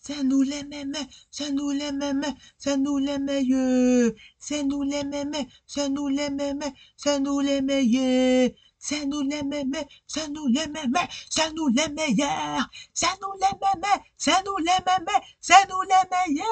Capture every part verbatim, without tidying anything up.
C'est nous les mémés, c'est nous les mémés, c'est nous les meilleurs. C'est nous les mémés, c'est nous les mémés, c'est nous les meilleurs. C'est nous les mémés, c'est nous les mémés, c'est nous les meilleurs. C'est nous les mémés, c'est nous les mémés, c'est nous les meilleurs.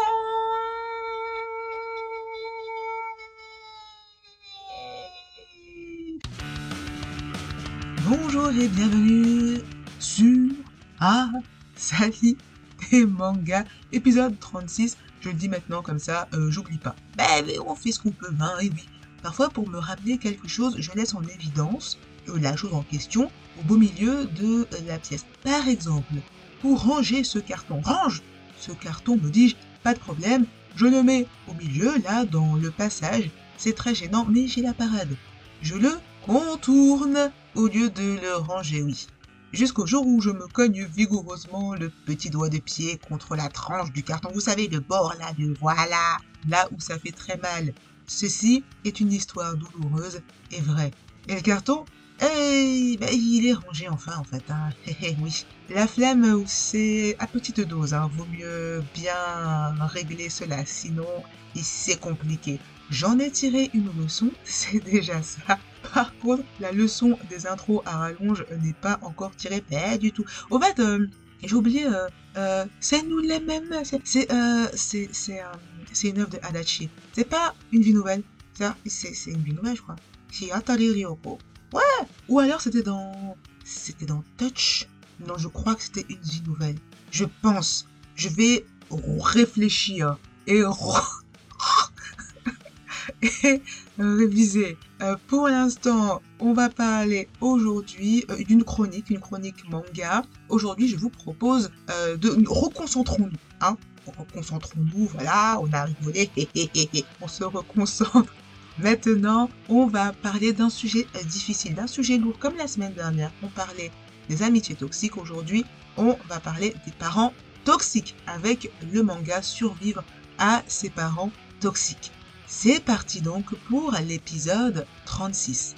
Bonjour et bienvenue sur Asahi des mangas, épisode trente-six. Je le dis maintenant comme ça, euh, j'oublie pas. Ben, mais on fait ce qu'on peut, hein, et oui. Parfois, pour me rappeler quelque chose, je laisse en évidence euh, la chose en question au beau milieu de euh, la pièce. Par exemple, pour ranger ce carton, range ce carton, me dis-je, pas de problème, je le mets au milieu, là, dans le passage. C'est très gênant, mais j'ai la parade. Je le contourne au lieu de le ranger, oui. Jusqu'au jour où je me cogne vigoureusement le petit doigt de pied contre la tranche du carton. Vous savez, le bord là, du voilà, là où ça fait très mal. Ceci est une histoire douloureuse et vraie. Et le carton, eh, ben, il est rangé enfin, en fait. Hein. Oui. La flemme, c'est à petite dose. Hein. Vaut mieux bien régler cela, sinon c'est compliqué. J'en ai tiré une leçon, c'est déjà ça. Par contre, la leçon des intros à rallonge n'est pas encore tirée, pas du tout. Au fait, euh, j'ai oublié, euh, euh, c'est nous les mêmes, c'est c'est euh, c'est c'est euh, c'est une œuvre de Adachi. C'est pas une vie nouvelle, ça, c'est c'est une vie nouvelle, je crois. Shiatari Ryoko. Ouais. Ou alors c'était dans c'était dans Touch. Non, je crois que c'était une vie nouvelle. Je pense. Je vais réfléchir et et euh, réviser. Euh, pour l'instant, on va parler aujourd'hui euh, d'une chronique, une chronique manga. Aujourd'hui, je vous propose euh, de reconcentrons-nous, hein. Reconcentrons-nous, voilà, on a rigolé, hé, hé, hé, hé. On se reconcentre. Maintenant, on va parler d'un sujet euh, difficile, d'un sujet lourd, comme la semaine dernière. On parlait des amitiés toxiques. Aujourd'hui, on va parler des parents toxiques avec le manga Survivre à ses parents toxiques. C'est parti donc pour l'épisode trente-six.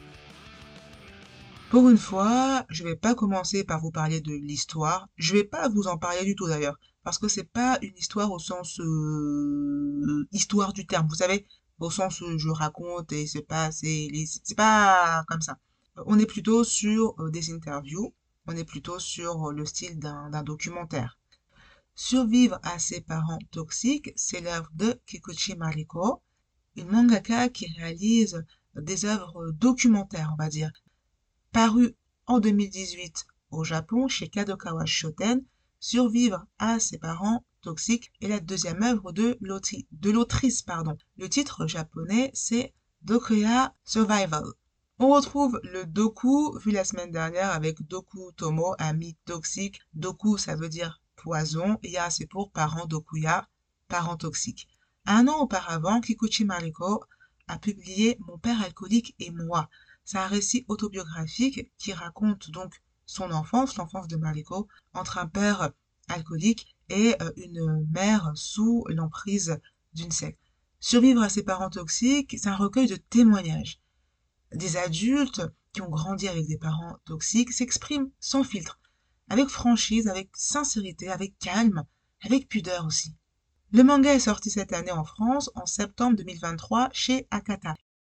Pour une fois, je vais pas commencer par vous parler de l'histoire. Je vais pas vous en parler du tout d'ailleurs, parce que c'est pas une histoire au sens euh, histoire du terme. Vous savez, au sens où je raconte et c'est pas c'est les- c'est pas comme ça. On est plutôt sur euh, des interviews. On est plutôt sur le style d'un d'un documentaire. Survivre à ses parents toxiques, c'est l'œuvre de Kikuchi Mariko, une mangaka qui réalise des œuvres documentaires, on va dire. Paru en deux mille dix-huit au Japon chez Kadokawa Shoten, Survivre à ses parents toxiques est la deuxième œuvre de l'autrice. Pardon. Le titre japonais, c'est Dokuya Survival. On retrouve le doku, vu la semaine dernière, avec Doku Tomo, ami toxique. Doku, ça veut dire poison. Ya, c'est pour parents Dokuya, parents toxiques. Un an auparavant, Kikuchi Mariko a publié Mon père alcoolique et moi. C'est un récit autobiographique qui raconte donc son enfance, l'enfance de Mariko, entre un père alcoolique et euh, une mère sous l'emprise d'une secte. Survivre à ses parents toxiques, c'est un recueil de témoignages. Des adultes qui ont grandi avec des parents toxiques s'expriment sans filtre, avec franchise, avec sincérité, avec calme, avec pudeur aussi. Le manga est sorti cette année en France, en septembre deux mille vingt-trois, chez Akata.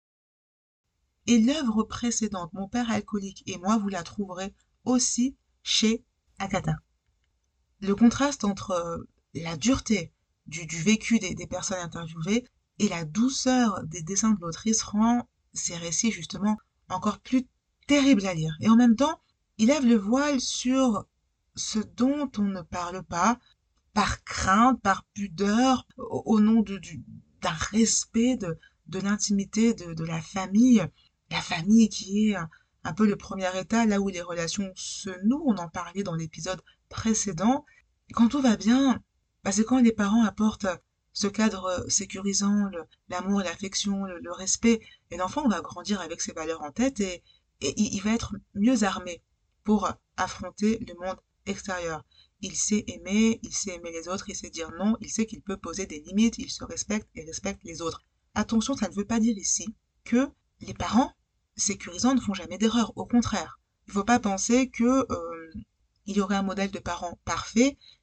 Et l'œuvre précédente, Mon père alcoolique et moi, vous la trouverez aussi chez Akata. Le contraste entre euh, la dureté du, du vécu des, des personnes interviewées et la douceur des dessins de l'autrice rend ces récits justement encore plus terribles à lire. Et en même temps, il lève le voile sur ce dont on ne parle pas, par crainte, par pudeur, au, au nom de, du, d'un respect de, de l'intimité de, de la famille. La famille qui est un, un peu le premier état, là où les relations se nouent, on en parlait dans l'épisode précédent. Quand tout va bien, bah, c'est quand les parents apportent ce cadre sécurisant, le- l'amour, l'affection, le, le respect, et l'enfant va grandir avec ces valeurs en tête et, et il il va être mieux armé pour affronter le monde extérieur. Il sait aimer, il sait aimer les autres, il sait dire non, il sait qu'il peut poser des limites, il se respecte et respecte les autres. Attention, ça ne veut pas dire ici que les parents sécurisants ne font jamais d'erreur. Au contraire, il ne faut pas penser que euh, il y aurait un modèle de parent parfait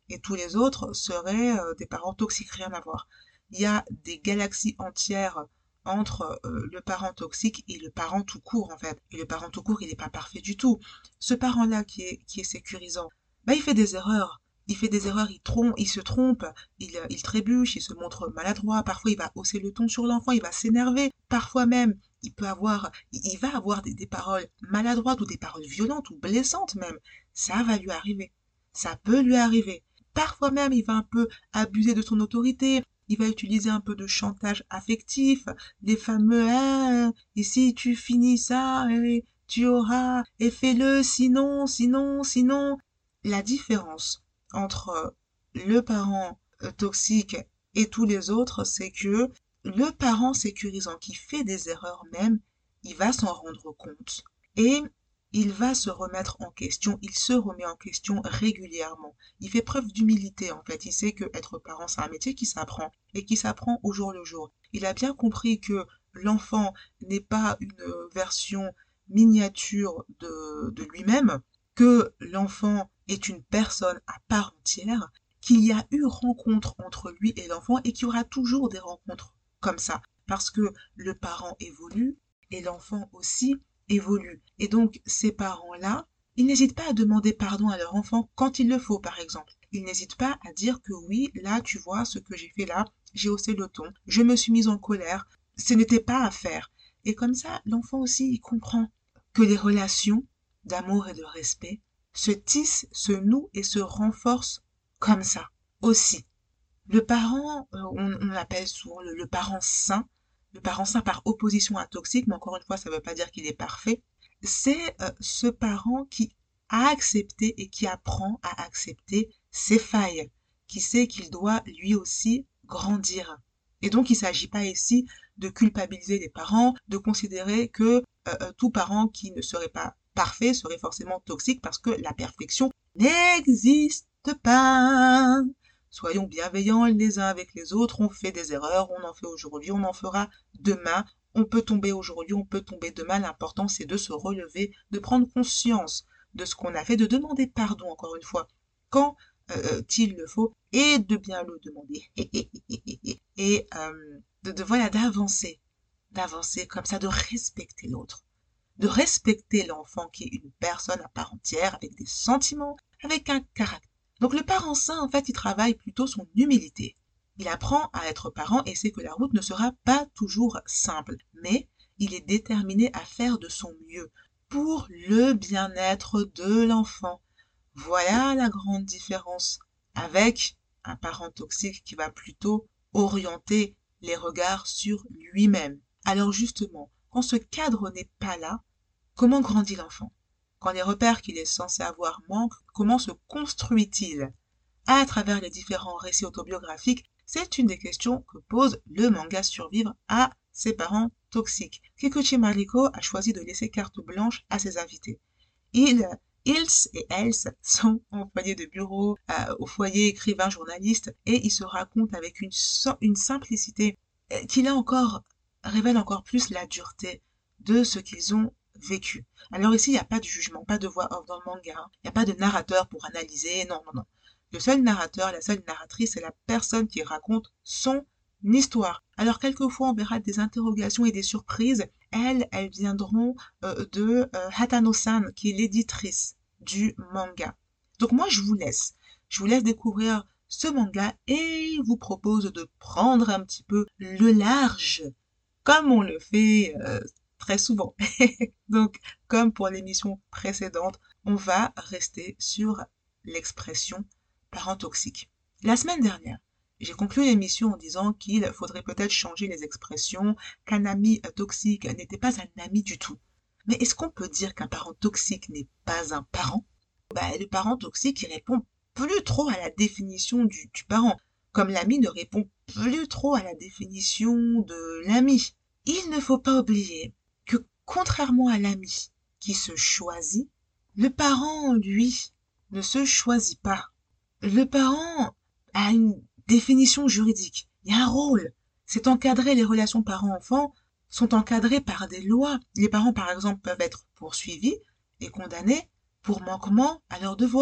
et tous les autres seraient euh, des parents toxiques, rien à voir. Il y a des galaxies entières entre euh, le parent toxique et le parent tout court, en fait. Et le parent tout court, il n'est pas parfait du tout. Ce parent-là qui est, qui est sécurisant, bah, il fait des erreurs. Il fait des erreurs, il trompe, il se trompe, il, euh, il trébuche, il se montre maladroit. Parfois, il va hausser le ton sur l'enfant, il va s'énerver. Parfois même, il peut avoir, il, il va avoir des, des paroles maladroites ou des paroles violentes ou blessantes même. Ça va lui arriver. Ça peut lui arriver. Parfois même, il va un peu abuser de son autorité. Il va utiliser un peu de chantage affectif, des fameux ah, et si tu finis ça, eh, tu auras, et fais-le, sinon, sinon, sinon. La différence entre le parent euh, toxique et tous les autres, c'est que le parent sécurisant qui fait des erreurs même, il va s'en rendre compte et il va se remettre en question, il se remet en question régulièrement. Il fait preuve d'humilité en fait, il sait que être parent c'est un métier qui s'apprend et qui s'apprend au jour le jour. Il a bien compris que l'enfant n'est pas une version miniature de, de lui-même, que l'enfant est une personne à part entière, qu'il y a eu rencontre entre lui et l'enfant et qu'il y aura toujours des rencontres comme ça, parce que le parent évolue et l'enfant aussi évolue. Et donc, ces parents-là, ils n'hésitent pas à demander pardon à leur enfant quand il le faut, par exemple. Ils n'hésitent pas à dire que oui, là, tu vois, ce que j'ai fait là, j'ai haussé le ton, je me suis mise en colère, ce n'était pas à faire. Et comme ça, l'enfant aussi, il comprend que les relations d'amour et de respect se tissent, se nouent et se renforcent comme ça aussi. Le parent, euh, on, on l'appelle souvent le, le parent sain, le parent sain par opposition à toxique, mais encore une fois, ça ne veut pas dire qu'il est parfait. C'est euh, ce parent qui a accepté et qui apprend à accepter ses failles, qui sait qu'il doit lui aussi grandir. Et donc, il ne s'agit pas ici de culpabiliser les parents, de considérer que euh, tout parent qui ne serait pas parfait serait forcément toxique parce que la perfection n'existe pas. Soyons bienveillants les uns avec les autres, on fait des erreurs, on en fait aujourd'hui, on en fera demain. On peut tomber aujourd'hui, on peut tomber demain. L'important, c'est de se relever, de prendre conscience de ce qu'on a fait, de demander pardon, encore une fois, quand euh, il le faut, et de bien le demander. Et euh, de, de voilà, d'avancer, d'avancer comme ça, de respecter l'autre, de respecter l'enfant qui est une personne à part entière, avec des sentiments, avec un caractère. Donc le parent sain, en fait, il travaille plutôt son humilité. Il apprend à être parent et sait que la route ne sera pas toujours simple, mais il est déterminé à faire de son mieux pour le bien-être de l'enfant. Voilà la grande différence avec un parent toxique qui va plutôt orienter les regards sur lui-même. Alors justement, quand ce cadre n'est pas là, comment grandit l'enfant? Quand les repères qu'il est censé avoir manquent, comment se construit-il? À travers les différents récits autobiographiques, c'est une des questions que pose le manga Survivre à ses parents toxiques. Kikuchi Mariko a choisi de laisser carte blanche à ses invités. Ils, ils et elles sont employés de bureau, euh, au foyer, écrivains, journalistes, et ils se racontent avec une, une simplicité qui là encore révèle encore plus la dureté de ce qu'ils ont vécu. Alors ici, il n'y a pas de jugement, pas de voix off dans le manga, hein. Il n'y a pas de narrateur pour analyser, non, non, non. Le seul narrateur, la seule narratrice, c'est la personne qui raconte son histoire. Alors quelquefois, on verra des interrogations et des surprises. Elles, elles viendront euh, de euh, Hatano-san, qui est l'éditrice du manga. Donc moi, je vous laisse. Je vous laisse découvrir ce manga et vous propose de prendre un petit peu le large, comme on le fait euh, très souvent. Donc, comme pour l'émission précédente, on va rester sur l'expression parent toxique. La semaine dernière, j'ai conclu l'émission en disant qu'il faudrait peut-être changer les expressions, qu'un ami toxique n'était pas un ami du tout. Mais est-ce qu'on peut dire qu'un parent toxique n'est pas un parent? Bah, le parent toxique, il répond plus trop à la définition du, du parent, comme l'ami ne répond plus trop à la définition de l'ami. Il ne faut pas oublier que contrairement à l'ami qui se choisit, le parent, lui, ne se choisit pas. Le parent a une définition juridique, il y a un rôle. C'est encadré, les relations parents-enfants sont encadrées par des lois. Les parents, par exemple, peuvent être poursuivis et condamnés pour manquement à leurs devoirs.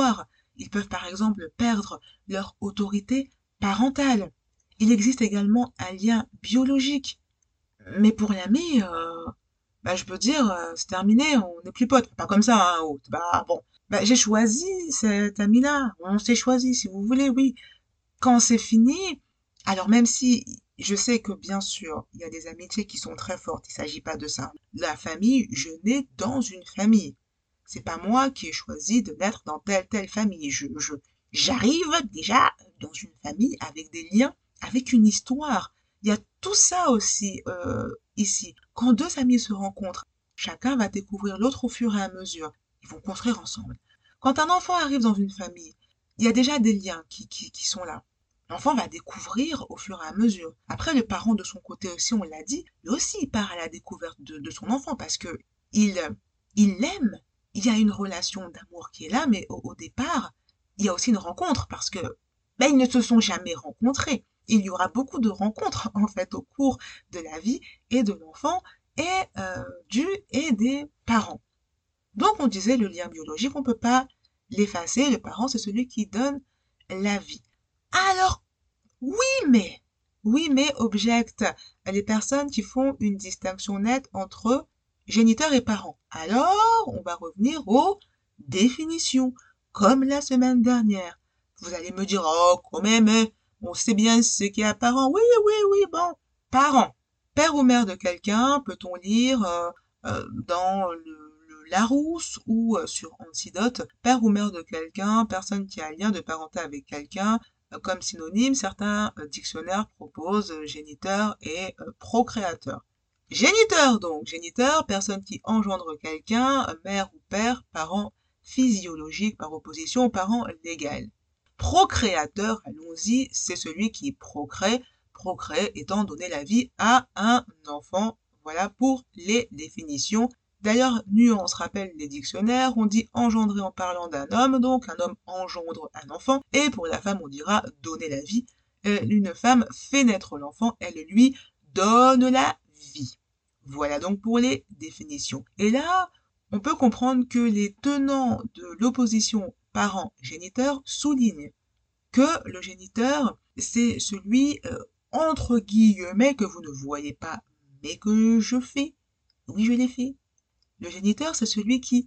Ils peuvent par exemple perdre leur autorité parentale. Il existe également un lien biologique. Mais pour l'ami, euh, bah, je peux dire, euh, c'est terminé, on n'est plus potes. Pas comme ça, hein, oh, bah bon. Bah, j'ai choisi cet ami-là. On s'est choisi, si vous voulez, oui. Quand c'est fini, alors même si je sais que bien sûr, il y a des amitiés qui sont très fortes, il s'agit pas de ça. La famille, je nais dans une famille. C'est pas moi qui ai choisi de naître dans telle telle famille. Je, je, j'arrive déjà dans une famille avec des liens, avec une histoire. Il y a tout ça aussi euh, ici. Quand deux amis se rencontrent, chacun va découvrir l'autre au fur et à mesure. Ils vont construire ensemble. Quand un enfant arrive dans une famille, il y a déjà des liens qui, qui, qui sont là. L'enfant va découvrir au fur et à mesure. Après, le parent de son côté aussi, on l'a dit, lui aussi il part à la découverte de, de son enfant parce que il, il l'aime. Il y a une relation d'amour qui est là, mais au, au départ, il y a aussi une rencontre parce que ben, ils ne se sont jamais rencontrés. Il y aura beaucoup de rencontres en fait au cours de la vie et de l'enfant et euh, du et des parents. Donc on disait le lien biologique, on peut pas l'effacer. Le parent, c'est celui qui donne la vie. Alors oui, mais, oui, mais objectent les personnes qui font une distinction nette entre géniteurs et parents. Alors, on va revenir aux définitions, comme la semaine dernière. Vous allez me dire, oh, quand même, hein, on sait bien ce qu'est un parent. Oui, oui, oui, bon. Parent. Père ou mère de quelqu'un, peut-on lire euh, euh, dans le, le Larousse ou euh, sur Antidote, père ou mère de quelqu'un, personne qui a un lien de parenté avec quelqu'un, comme synonyme, certains euh, dictionnaires proposent euh, géniteur et euh, procréateur. Géniteur donc, géniteur, personne qui engendre quelqu'un, euh, mère ou père, parent physiologique par opposition au parent légal. Procréateur, allons-y, c'est celui qui procrée, procrée étant donné la vie à un enfant. Voilà pour les définitions. D'ailleurs, nuance rappelle les dictionnaires, on dit engendrer en parlant d'un homme, donc un homme engendre un enfant, et pour la femme on dira donner la vie. Euh, une femme fait naître l'enfant, elle lui donne la vie. Voilà donc pour les définitions. Et là, on peut comprendre que les tenants de l'opposition parent-géniteur soulignent que le géniteur, c'est celui, euh, entre guillemets, que vous ne voyez pas, mais que je fais. Oui, je l'ai fait. Le géniteur, c'est celui qui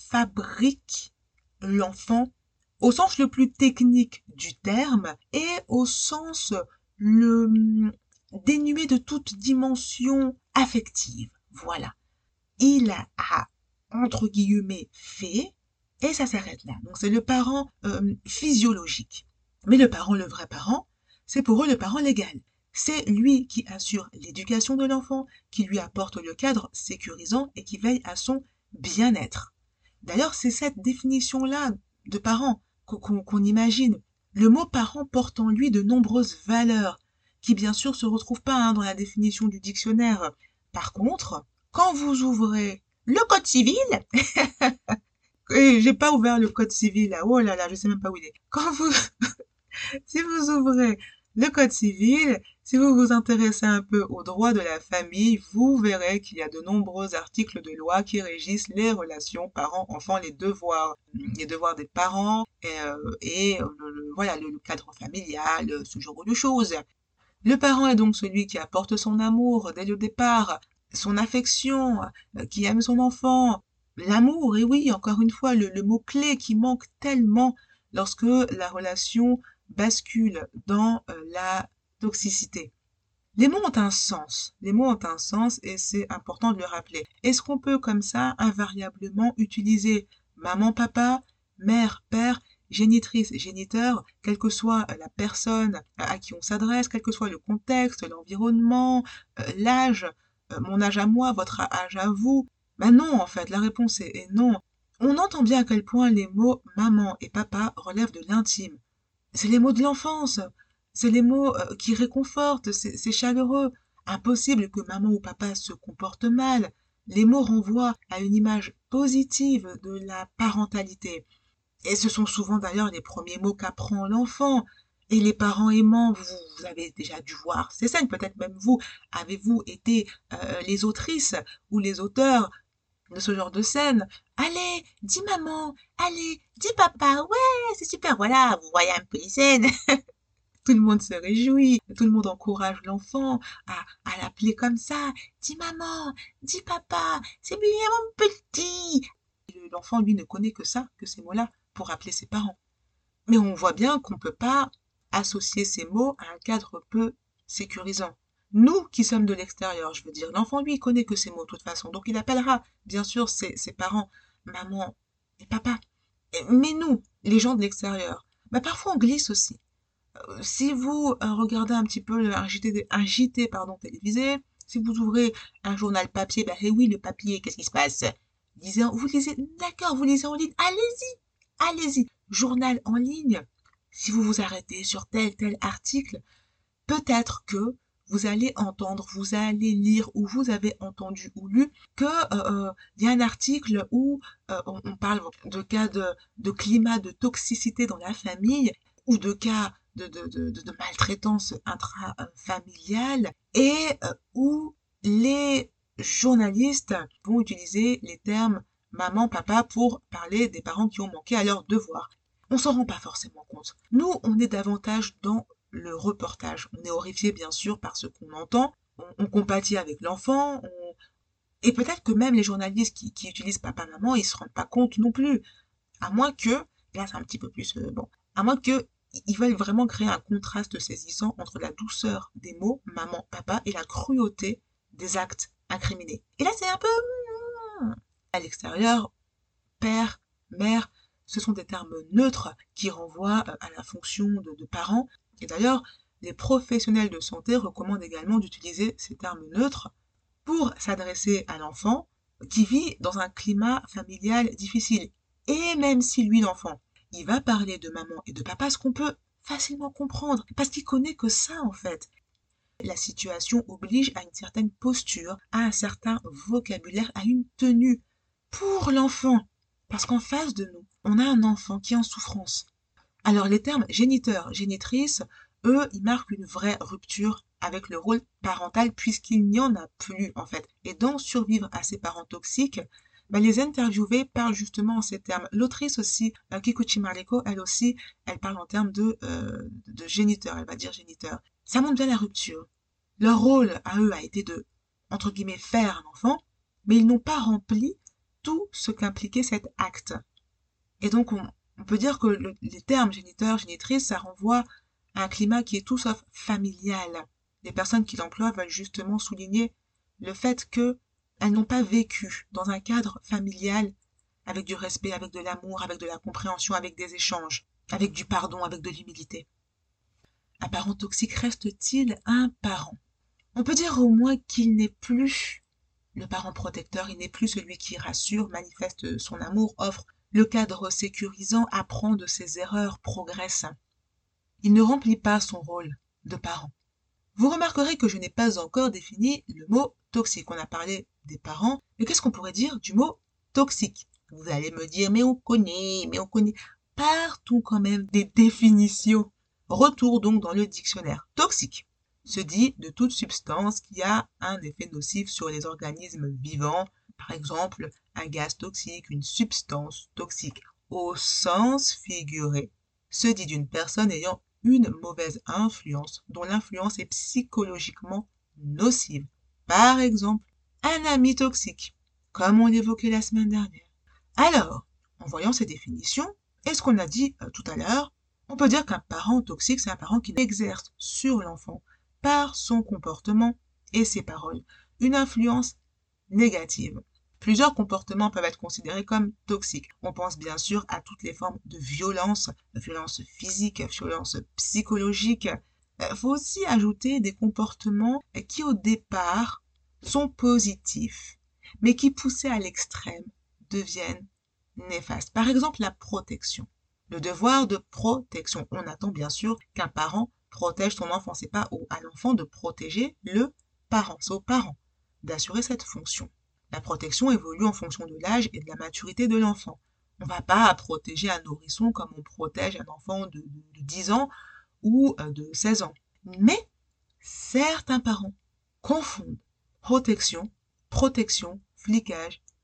fabrique l'enfant au sens le plus technique du terme et au sens le dénué de toute dimension affective. Voilà. Il a, entre guillemets, fait et ça s'arrête là. Donc c'est le parent euh, physiologique. Mais le parent, le vrai parent, c'est pour eux le parent légal. C'est lui qui assure l'éducation de l'enfant, qui lui apporte le cadre sécurisant et qui veille à son bien-être. D'ailleurs, c'est cette définition-là de parent qu'on qu'on imagine. Le mot parent porte en lui de nombreuses valeurs, qui bien sûr se retrouvent pas hein, dans la définition du dictionnaire. Par contre, quand vous ouvrez le code civil, et j'ai pas ouvert le code civil là, oh là là, je sais même pas où il est. Quand vous, si vous ouvrez le code civil, si vous vous intéressez un peu aux droits de la famille, vous verrez qu'il y a de nombreux articles de loi qui régissent les relations parents-enfants, les devoirs, les devoirs des parents et, euh, et euh, le, voilà le, le cadre familial, ce genre de choses. Le parent est donc celui qui apporte son amour dès le départ, son affection, euh, qui aime son enfant. L'amour, et oui, encore une fois, le, le mot-clé qui manque tellement lorsque la relation bascule dans euh, la toxicité. Les mots ont un sens, les mots ont un sens et c'est important de le rappeler. Est-ce qu'on peut comme ça invariablement utiliser maman, papa, mère, père, génitrice, géniteur, quelle que soit la personne à qui on s'adresse, quel que soit le contexte, l'environnement, euh, l'âge, euh, mon âge à moi, votre âge à vous? Ben non, en fait, la réponse est, est non. On entend bien à quel point les mots maman et papa relèvent de l'intime. C'est les mots de l'enfance. C'est les mots euh, qui réconfortent. C'est c'est chaleureux. Impossible que maman ou papa se comportent mal. Les mots renvoient à une image positive de la parentalité. Et ce sont souvent d'ailleurs les premiers mots qu'apprend l'enfant. Et les parents aimants, vous, vous avez déjà dû voir ces scènes, peut-être même vous, avez-vous été euh, les autrices ou les auteurs de ce genre de scène. Allez, dis maman, allez, dis papa, ouais, c'est super, voilà, vous voyez un peu les scènes. Tout le monde se réjouit, tout le monde encourage l'enfant à, à l'appeler comme ça. Dis maman, dis papa, c'est bien mon petit. Et l'enfant, lui, ne connaît que ça, que ces mots-là, pour appeler ses parents. Mais on voit bien qu'on ne peut pas associer ces mots à un cadre peu sécurisant. Nous qui sommes de l'extérieur, je veux dire, l'enfant, lui, il connaît que ces mots de toute façon. Donc il appellera, bien sûr, ses, ses parents, maman et papa. Mais nous, les gens de l'extérieur, bah parfois on glisse aussi. Euh, Si vous euh, regardez un petit peu le- un J T, un J T pardon, télévisé, si vous ouvrez un journal papier, bah eh oui, le papier, qu'est-ce qui se passe? Lisez en- vous lisez, d'accord, vous lisez en ligne, allez-y, allez-y. Journal en ligne, si vous vous arrêtez sur tel tel article, peut-être que vous allez entendre, vous allez lire ou vous avez entendu ou lu que euh, euh, il y a un article où euh, on, on parle de cas de, de climat de toxicité dans la famille ou de cas de, de, de, de- de maltraitance intrafamiliale et euh, où les journalistes vont utiliser les termes maman, papa pour parler des parents qui ont manqué à leurs devoirs. On s'en rend pas forcément compte. Nous, on est davantage dans le reportage. On est horrifié, bien sûr, par ce qu'on entend. On, on compatit avec l'enfant. On... Et peut-être que même les journalistes qui, qui utilisent papa-maman, ils se rendent pas compte non plus. À moins que, là c'est un petit peu plus, euh, bon, à moins que ils veulent vraiment créer un contraste saisissant entre la douceur des mots maman, papa et la cruauté des actes incriminés. Et là, c'est un peu hmm, à l'extérieur, père, mère, ce sont des termes neutres qui renvoient euh, à la fonction de, de parent. Et d'ailleurs, les professionnels de santé recommandent également d'utiliser ces termes neutres pour s'adresser à l'enfant qui vit dans un climat familial difficile. Et même si lui, l'enfant, il va parler de maman et de papa, ce qu'on peut facilement comprendre, parce qu'il connaît que ça en fait. La situation oblige à une certaine posture, à un certain vocabulaire, à une tenue pour l'enfant. Parce qu'en face de nous, on a un enfant qui est en souffrance. Alors les termes géniteur, génitrice, eux, ils marquent une vraie rupture avec le rôle parental puisqu'il n'y en a plus en fait. Et dans Survivre à ses parents toxiques, bah, les interviewés parlent justement en ces termes. L'autrice aussi, euh, Kikuchi Mariko, elle aussi, elle parle en termes de, euh, de géniteur, elle va dire géniteur. Ça montre bien la rupture. Leur rôle à eux a été de, entre guillemets, faire un enfant, mais ils n'ont pas rempli tout ce qu'impliquait cet acte. Et donc, on, on peut dire que le- les termes géniteur, génitrice, ça renvoie à un climat qui est tout sauf familial. Les personnes qui l'emploient veulent justement souligner le fait que elles n'ont pas vécu dans un cadre familial avec du respect, avec de l'amour, avec de la compréhension, avec des échanges, avec du pardon, avec de l'humilité. Un parent toxique reste-t-il un parent? On peut dire au moins qu'il n'est plus le parent protecteur, il n'est plus celui qui rassure, manifeste son amour, offre le cadre sécurisant, apprend de ses erreurs, progresse. Il ne remplit pas son rôle de parent. Vous remarquerez que je n'ai pas encore défini le mot toxique. On a parlé des parents, mais qu'est-ce qu'on pourrait dire du mot toxique? Vous allez me dire, mais on connaît, mais on connaît. Partons quand même des définitions. Retour donc dans le dictionnaire. Toxique se dit de toute substance qui a un effet nocif sur les organismes vivants, par exemple un gaz toxique, une substance toxique. Au sens figuré, se dit d'une personne ayant une mauvaise influence, dont l'influence est psychologiquement nocive. Par exemple, un ami toxique, comme on l'évoquait la semaine dernière. Alors, en voyant ces définitions, et ce qu'on a dit euh, tout à l'heure, on peut dire qu'un parent toxique, c'est un parent qui exerce sur l'enfant, par son comportement et ses paroles, une influence négative. Plusieurs comportements peuvent être considérés comme toxiques. On pense bien sûr à toutes les formes de violence, violence physique, violence psychologique. Il faut aussi ajouter des comportements qui au départ sont positifs, mais qui poussés à l'extrême deviennent néfastes. Par exemple, la protection. Le devoir de protection. On attend bien sûr qu'un parent protège son enfant. C'est pas au, à l'enfant de protéger le parent. C'est aux parents d'assurer cette fonction. La protection évolue en fonction de l'âge et de la maturité de l'enfant. On ne va pas protéger un nourrisson comme on protège un enfant de, de, de dix ans ou euh, de seize ans. Mais certains parents confondent protection, protection, flicage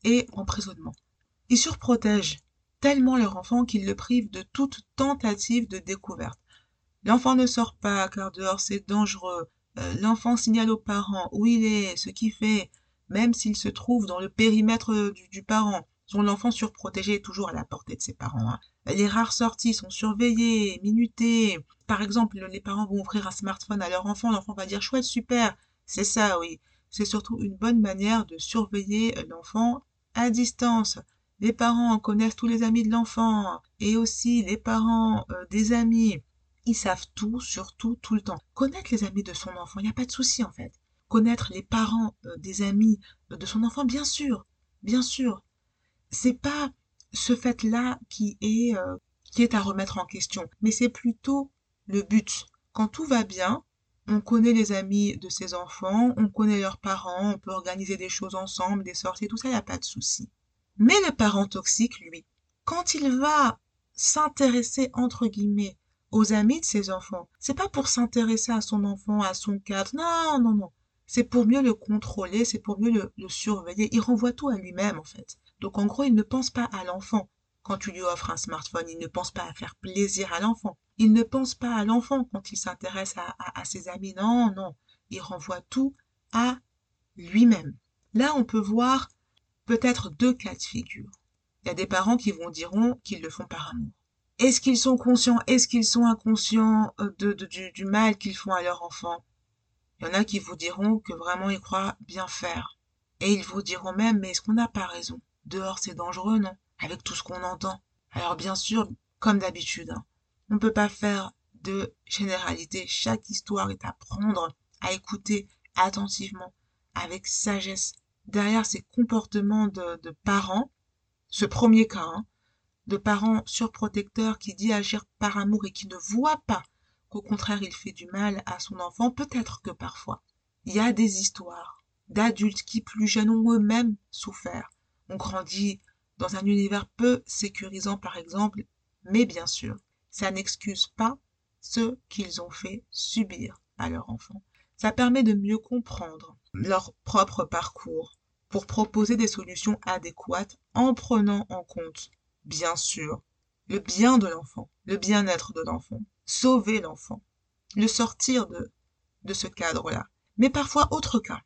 et emprisonnement. Ils surprotègent tellement leur enfant qu'ils le privent de toute tentative de découverte. L'enfant ne sort pas car dehors c'est dangereux. Euh, l'enfant signale aux parents où il est, ce qu'il fait, même s'il se trouve dans le périmètre du, du parent. Son enfant surprotégé est toujours à la portée de ses parents, hein. Les rares sorties sont surveillées, minutées. Par exemple, les parents vont offrir un smartphone à leur enfant, l'enfant va dire chouette, super. C'est ça, oui. C'est surtout une bonne manière de surveiller l'enfant à distance. Les parents connaissent tous les amis de l'enfant et aussi les parents euh, des amis. Ils savent tout, sur tout, tout le temps. Connaître les amis de son enfant, il n'y a pas de souci en fait. Connaître les parents euh, des amis euh, de son enfant, bien sûr, bien sûr. C'est pas ce fait-là qui est euh, qui est à remettre en question, mais c'est plutôt le but. Quand tout va bien, on connaît les amis de ses enfants, on connaît leurs parents, on peut organiser des choses ensemble, des sorties, tout ça, il n'y a pas de souci. Mais le parent toxique, lui, quand il va s'intéresser, entre guillemets, aux amis de ses enfants, c'est pas pour s'intéresser à son enfant, à son cadre, non, non, non. C'est pour mieux le contrôler, c'est pour mieux le, le surveiller. Il renvoie tout à lui-même, en fait. Donc, en gros, il ne pense pas à l'enfant. Quand tu lui offres un smartphone, il ne pense pas à faire plaisir à l'enfant. Il ne pense pas à l'enfant quand il s'intéresse à, à, à ses amis. Non, non. Il renvoie tout à lui-même. Là, on peut voir peut-être deux cas de figure. Il y a des parents qui vont diront qu'ils le font par amour. Est-ce qu'ils sont conscients, est-ce qu'ils sont inconscients de, de- du, du mal qu'ils font à leur enfant? Il y en a qui vous diront que vraiment ils croient bien faire. Et ils vous diront même, mais est-ce qu'on n'a pas raison? Dehors c'est dangereux, non? Avec tout ce qu'on entend. Alors bien sûr, comme d'habitude, hein, on ne peut pas faire de généralité. Chaque histoire est à prendre, à écouter attentivement, avec sagesse. Derrière ces comportements de, de parents, ce premier cas, hein, de parents surprotecteurs qui dit agir par amour et qui ne voit pas qu'au contraire il fait du mal à son enfant, peut-être que parfois il y a des histoires d'adultes qui plus jeunes ont eux-mêmes souffert, ont grandi dans un univers peu sécurisant par exemple, mais bien sûr, ça n'excuse pas ce qu'ils ont fait subir à leur enfant. Ça permet de mieux comprendre leur propre parcours pour proposer des solutions adéquates en prenant en compte bien sûr, le bien de l'enfant, le bien-être de l'enfant, sauver l'enfant, le sortir de, de ce cadre-là. Mais parfois, autre cas,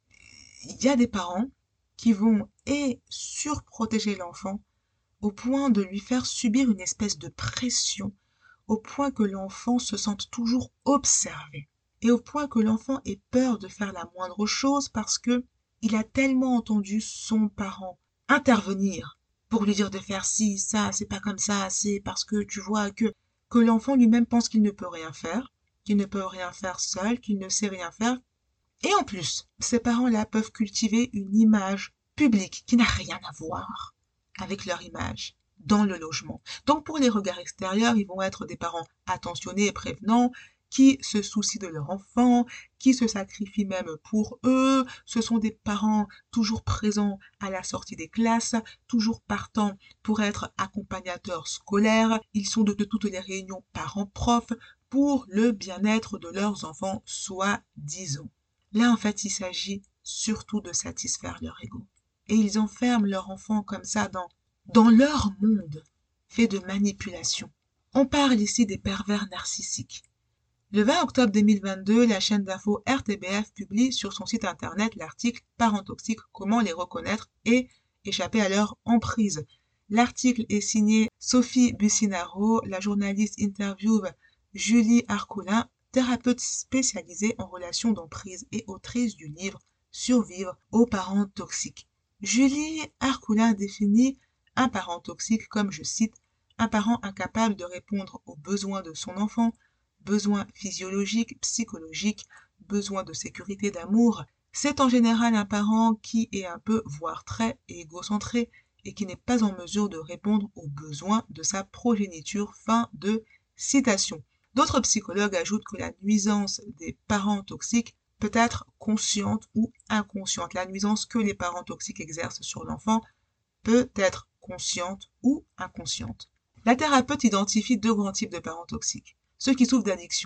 il y a des parents qui vont et surprotéger l'enfant au point de lui faire subir une espèce de pression, au point que l'enfant se sente toujours observé, et au point que l'enfant ait peur de faire la moindre chose parce que il a tellement entendu son parent intervenir pour lui dire de faire ci, ça, c'est pas comme ça, c'est parce que tu vois que, que l'enfant lui-même pense qu'il ne peut rien faire, qu'il ne peut rien faire seul, qu'il ne sait rien faire. Et en plus, ces parents-là peuvent cultiver une image publique qui n'a rien à voir avec leur image dans le logement. Donc pour les regards extérieurs, ils vont être des parents attentionnés et prévenants, qui se soucient de leur enfant, qui se sacrifient même pour eux. Ce sont des parents toujours présents à la sortie des classes, toujours partants pour être accompagnateurs scolaires. Ils sont de, de toutes les réunions parents-profs pour le bien-être de leurs enfants, soi-disant. Là, en fait, il s'agit surtout de satisfaire leur ego. Et ils enferment leur enfant comme ça dans, dans leur monde, fait de manipulation. On parle ici des pervers narcissiques. Le vingt octobre deux mille vingt-deux, la chaîne d'info R T B F publie sur son site internet l'article Parents toxiques, comment les reconnaître et échapper à leur emprise. L'article est signé Sophie Bussinaro, la journaliste interviewe Julie Arcoulin, thérapeute spécialisée en relations d'emprise et autrice du livre Survivre aux parents toxiques. Julie Arcoulin définit un parent toxique comme, je cite, un parent incapable de répondre aux besoins de son enfant, besoins physiologiques, psychologiques, besoins de sécurité, d'amour. C'est en général un parent qui est un peu, voire très égocentré et qui n'est pas en mesure de répondre aux besoins de sa progéniture. Fin de citation. D'autres psychologues ajoutent que la nuisance des parents toxiques peut être consciente ou inconsciente. La nuisance que les parents toxiques exercent sur l'enfant peut être consciente ou inconsciente. La thérapeute identifie deux grands types de parents toxiques. Ceux qui souffrent d'addiction.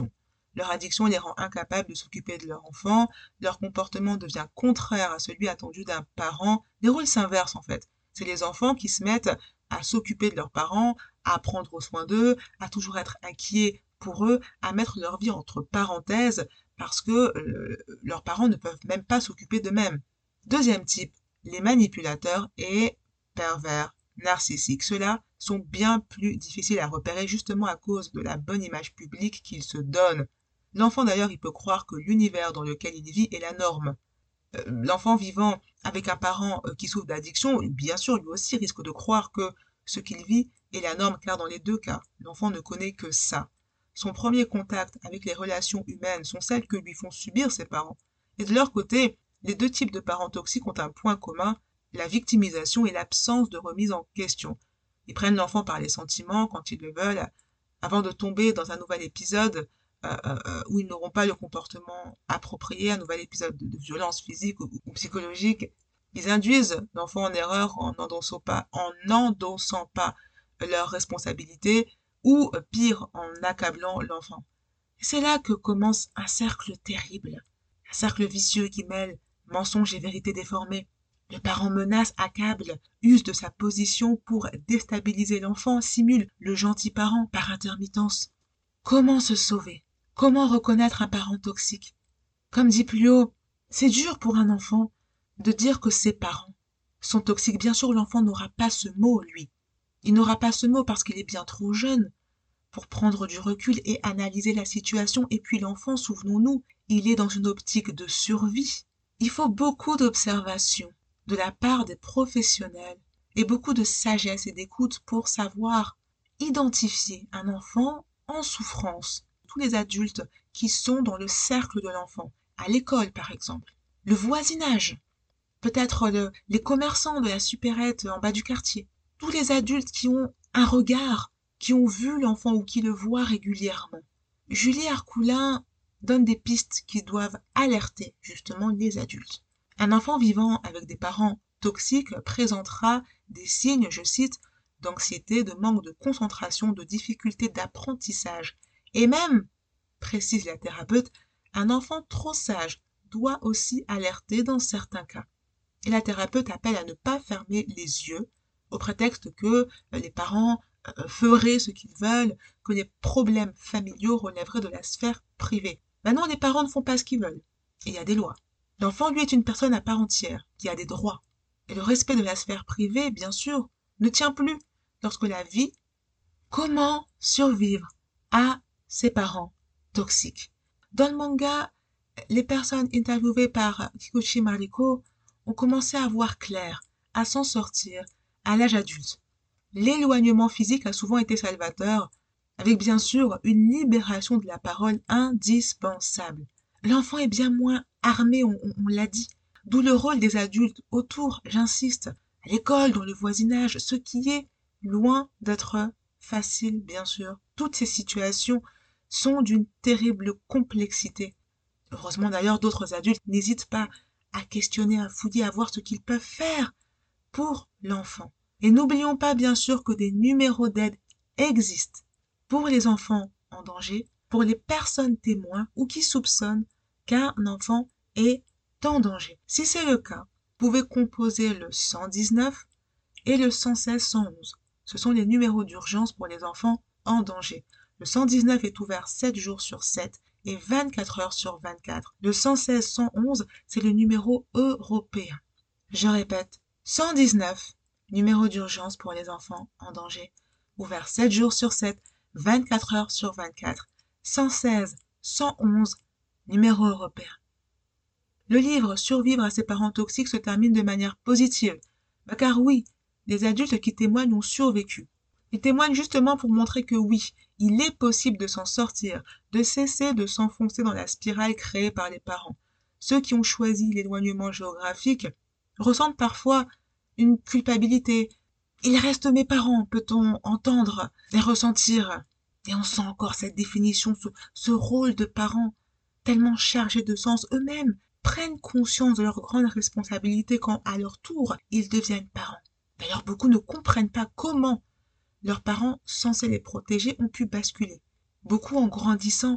Leur addiction les rend incapables de s'occuper de leur enfant, leur comportement devient contraire à celui attendu d'un parent. Les rôles s'inversent en fait. C'est les enfants qui se mettent à s'occuper de leurs parents, à prendre soin d'eux, à toujours être inquiets pour eux, à mettre leur vie entre parenthèses parce que euh, leurs parents ne peuvent même pas s'occuper d'eux-mêmes. Deuxième type, les manipulateurs et pervers narcissiques. Ceux-là sont bien plus difficiles à repérer justement à cause de la bonne image publique qu'ils se donnent. L'enfant d'ailleurs, il peut croire que l'univers dans lequel il vit est la norme. Euh, L'enfant vivant avec un parent euh, qui souffre d'addiction, bien sûr, lui aussi risque de croire que ce qu'il vit est la norme, car dans les deux cas, l'enfant ne connaît que ça. Son premier contact avec les relations humaines sont celles que lui font subir ses parents. Et de leur côté, les deux types de parents toxiques ont un point commun, la victimisation et l'absence de remise en question. Ils prennent l'enfant par les sentiments quand ils le veulent, avant de tomber dans un nouvel épisode euh, euh, où ils n'auront pas le comportement approprié, un nouvel épisode de, de violence physique ou, ou psychologique. Ils induisent l'enfant en erreur en n'endossant pas, en n'endossant pas leurs responsabilités ou euh, pire, en accablant l'enfant. Et c'est là que commence un cercle terrible, un cercle vicieux qui mêle mensonges et vérité déformée. Le parent menace, accable, use de sa position pour déstabiliser l'enfant, simule le gentil parent par intermittence. Comment se sauver? Comment reconnaître un parent toxique? Comme dit plus haut, c'est dur pour un enfant de dire que ses parents sont toxiques. Bien sûr, l'enfant n'aura pas ce mot, lui. Il n'aura pas ce mot parce qu'il est bien trop jeune pour prendre du recul et analyser la situation. Et puis l'enfant, souvenons-nous, il est dans une optique de survie. Il faut beaucoup d'observation de la part des professionnels et beaucoup de sagesse et d'écoute pour savoir identifier un enfant en souffrance. Tous les adultes qui sont dans le cercle de l'enfant, à l'école par exemple, le voisinage, peut-être le, les commerçants de la supérette en bas du quartier, tous les adultes qui ont un regard, qui ont vu l'enfant ou qui le voient régulièrement. Julie Arcoulin donne des pistes qui doivent alerter justement les adultes. Un enfant vivant avec des parents toxiques présentera des signes, je cite, d'anxiété, de manque de concentration, de difficulté d'apprentissage. Et même, précise la thérapeute, un enfant trop sage doit aussi alerter dans certains cas. Et la thérapeute appelle à ne pas fermer les yeux au prétexte que les parents feraient ce qu'ils veulent, que les problèmes familiaux relèveraient de la sphère privée. Maintenant, les parents ne font pas ce qu'ils veulent. Et il y a des lois. L'enfant, lui, est une personne à part entière, qui a des droits. Et le respect de la sphère privée, bien sûr, ne tient plus lorsque la vie... Comment survivre à ses parents toxiques? Dans le manga, les personnes interviewées par Kikuchi Mariko ont commencé à voir clair, à s'en sortir, à l'âge adulte. L'éloignement physique a souvent été salvateur, avec bien sûr une libération de la parole indispensable. L'enfant est bien moins armé, on, on, on l'a dit. D'où le rôle des adultes autour, j'insiste, à l'école, dans le voisinage, ce qui est loin d'être facile, bien sûr. Toutes ces situations sont d'une terrible complexité. Heureusement d'ailleurs, d'autres adultes n'hésitent pas à questionner, à fouiller, à voir ce qu'ils peuvent faire pour l'enfant. Et n'oublions pas bien sûr que des numéros d'aide existent pour les enfants en danger, pour les personnes témoins ou qui soupçonnent qu'un enfant est en danger. Si c'est le cas, vous pouvez composer le cent dix-neuf et le cent seize cent onze. Ce sont les numéros d'urgence pour les enfants en danger. Le cent dix-neuf est ouvert sept jours sur sept et vingt-quatre heures sur vingt-quatre. Le cent seize cent onze, c'est le numéro européen. Je répète, cent dix-neuf, numéro d'urgence pour les enfants en danger, ouvert sept jours sur sept, vingt-quatre heures sur vingt-quatre. cent seize cent onze, numéro européen. Le livre Survivre à ses parents toxiques se termine de manière positive. Bah car oui, les adultes qui témoignent ont survécu. Ils témoignent justement pour montrer que oui, il est possible de s'en sortir, de cesser de s'enfoncer dans la spirale créée par les parents. Ceux qui ont choisi l'éloignement géographique ressentent parfois une culpabilité. Ils restent mes parents, peut-on entendre et ressentir. Et on sent encore cette définition, ce, ce rôle de parents tellement chargé de sens. Eux-mêmes prennent conscience de leur grande responsabilité quand, à leur tour, ils deviennent parents. D'ailleurs, beaucoup ne comprennent pas comment leurs parents, censés les protéger, ont pu basculer. Beaucoup, en grandissant,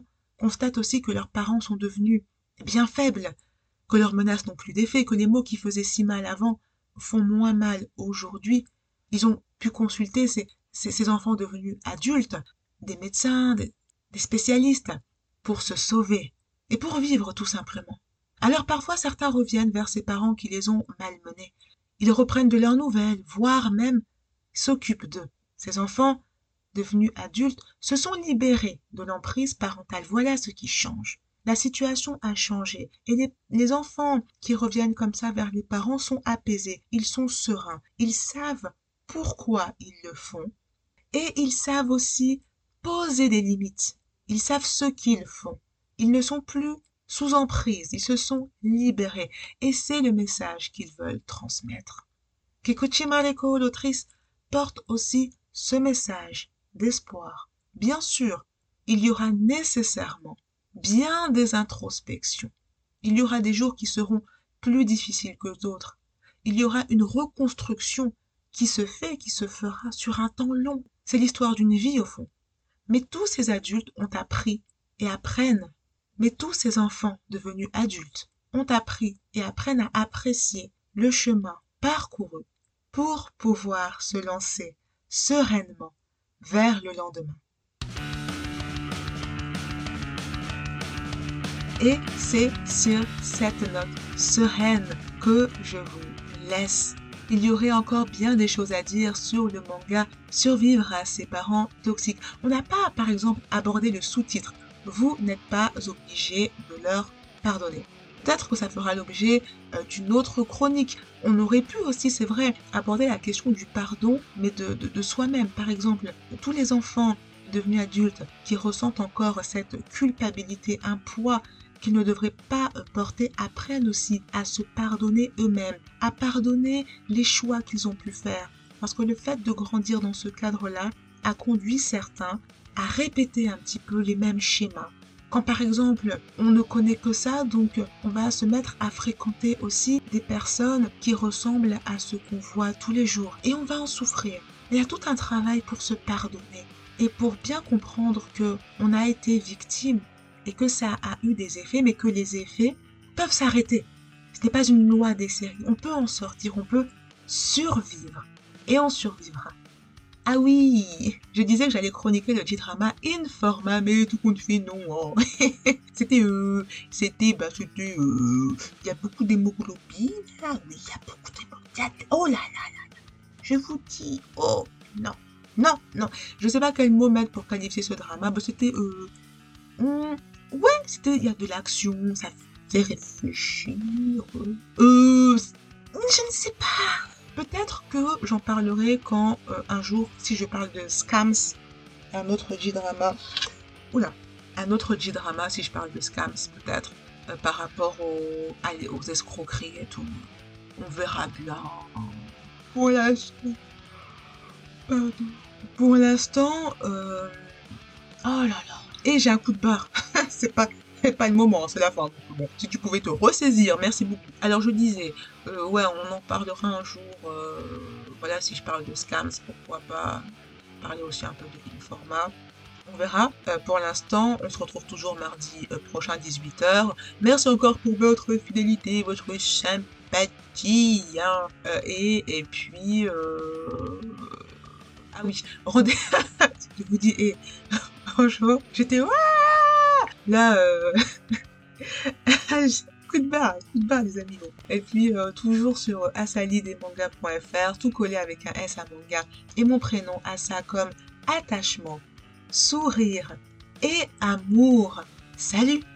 constatent aussi que leurs parents sont devenus bien faibles, que leurs menaces n'ont plus d'effet, que les mots qui faisaient si mal avant font moins mal aujourd'hui. Ils ont pu consulter ces, ces, ces enfants devenus adultes, des médecins, des, des spécialistes, pour se sauver et pour vivre tout simplement. Alors parfois certains reviennent vers ces parents qui les ont malmenés. Ils reprennent de leurs nouvelles, voire même s'occupent d'eux. Ces enfants, devenus adultes, se sont libérés de l'emprise parentale. Voilà ce qui change. La situation a changé et les, les enfants qui reviennent comme ça vers les parents sont apaisés, ils sont sereins, ils savent pourquoi ils le font et ils savent aussi poser des limites. Ils savent ce qu'ils font. Ils ne sont plus sous emprise, ils se sont libérés et c'est le message qu'ils veulent transmettre. Kikuchi Mareko, l'autrice, porte aussi ce message d'espoir. Bien sûr, il y aura nécessairement bien des introspections. Il y aura des jours qui seront plus difficiles que d'autres. Il y aura une reconstruction qui se fait, qui se fera sur un temps long. C'est l'histoire d'une vie au fond. Mais tous ces adultes ont appris et apprennent. Mais tous ces enfants devenus adultes ont appris et apprennent à apprécier le chemin parcouru pour pouvoir se lancer sereinement vers le lendemain. Et c'est sur cette note sereine que je vous laisse. Il y aurait encore bien des choses à dire sur le manga Survivre à ses parents toxiques. On n'a pas, par exemple, abordé le sous-titre. Vous n'êtes pas obligé de leur pardonner. Peut-être que ça fera l'objet euh, d'une autre chronique. On aurait pu aussi, c'est vrai, aborder la question du pardon, mais de, de, de soi-même. Par exemple, tous les enfants devenus adultes qui ressentent encore cette culpabilité, un poids qu'ils ne devraient pas porter, apprennent aussi à se pardonner eux-mêmes, à pardonner les choix qu'ils ont pu faire. Parce que le fait de grandir dans ce cadre-là a conduit certains à répéter un petit peu les mêmes schémas. Quand par exemple, on ne connaît que ça, donc on va se mettre à fréquenter aussi des personnes qui ressemblent à ce qu'on voit tous les jours. Et on va en souffrir. Il y a tout un travail pour se pardonner et pour bien comprendre qu'on a été victime et que ça a eu des effets, mais que les effets peuvent s'arrêter. Ce n'est pas une loi des séries. On peut en sortir, on peut survivre. Et on survivra. Ah oui, je disais que j'allais chroniquer le J-drama Informa, mais tout compte fait, non. Oh. c'était, euh, c'était, bah, c'était, euh, il y a beaucoup d'hémoglobine. Ah oui, il y a beaucoup d'hémoglobine. Oh là là là là. Je vous dis, oh, non, non, non. Je sais pas quel mot mettre pour qualifier ce drama. Bah, c'était, euh, hum, ouais, c'était, il y a de l'action, ça fait réfléchir. Euh, je ne sais pas. Peut-être que j'en parlerai quand, euh, un jour, si je parle de Scams, un autre J-drama, oula, un autre J-drama, si je parle de Scams, peut-être, euh, par rapport aux, allez, aux escroqueries et tout. On verra bien. Pour l'instant, pardon. Pour l'instant, euh, oh là là. Et j'ai un coup de barre. c'est pas, c'est pas le moment, c'est la fin. Bon, si tu pouvais te ressaisir, merci beaucoup. Alors je disais, euh, ouais, on en parlera un jour. Euh, voilà, si je parle de Scams, pourquoi pas parler aussi un peu de Informa. On verra. Euh, pour l'instant, on se retrouve toujours mardi euh, prochain, dix-huit heures. Merci encore pour votre fidélité, votre sympathie. Hein. Euh, et, et puis... Euh... Ah oui, rendez... je vous dis, et franchement, j'étais... Là, euh... coup de barre, coup de barre les amis. Et puis, euh, toujours sur asalidemanga point f r, tout collé avec un S à manga. Et mon prénom, Asa, comme attachement, sourire et amour. Salut!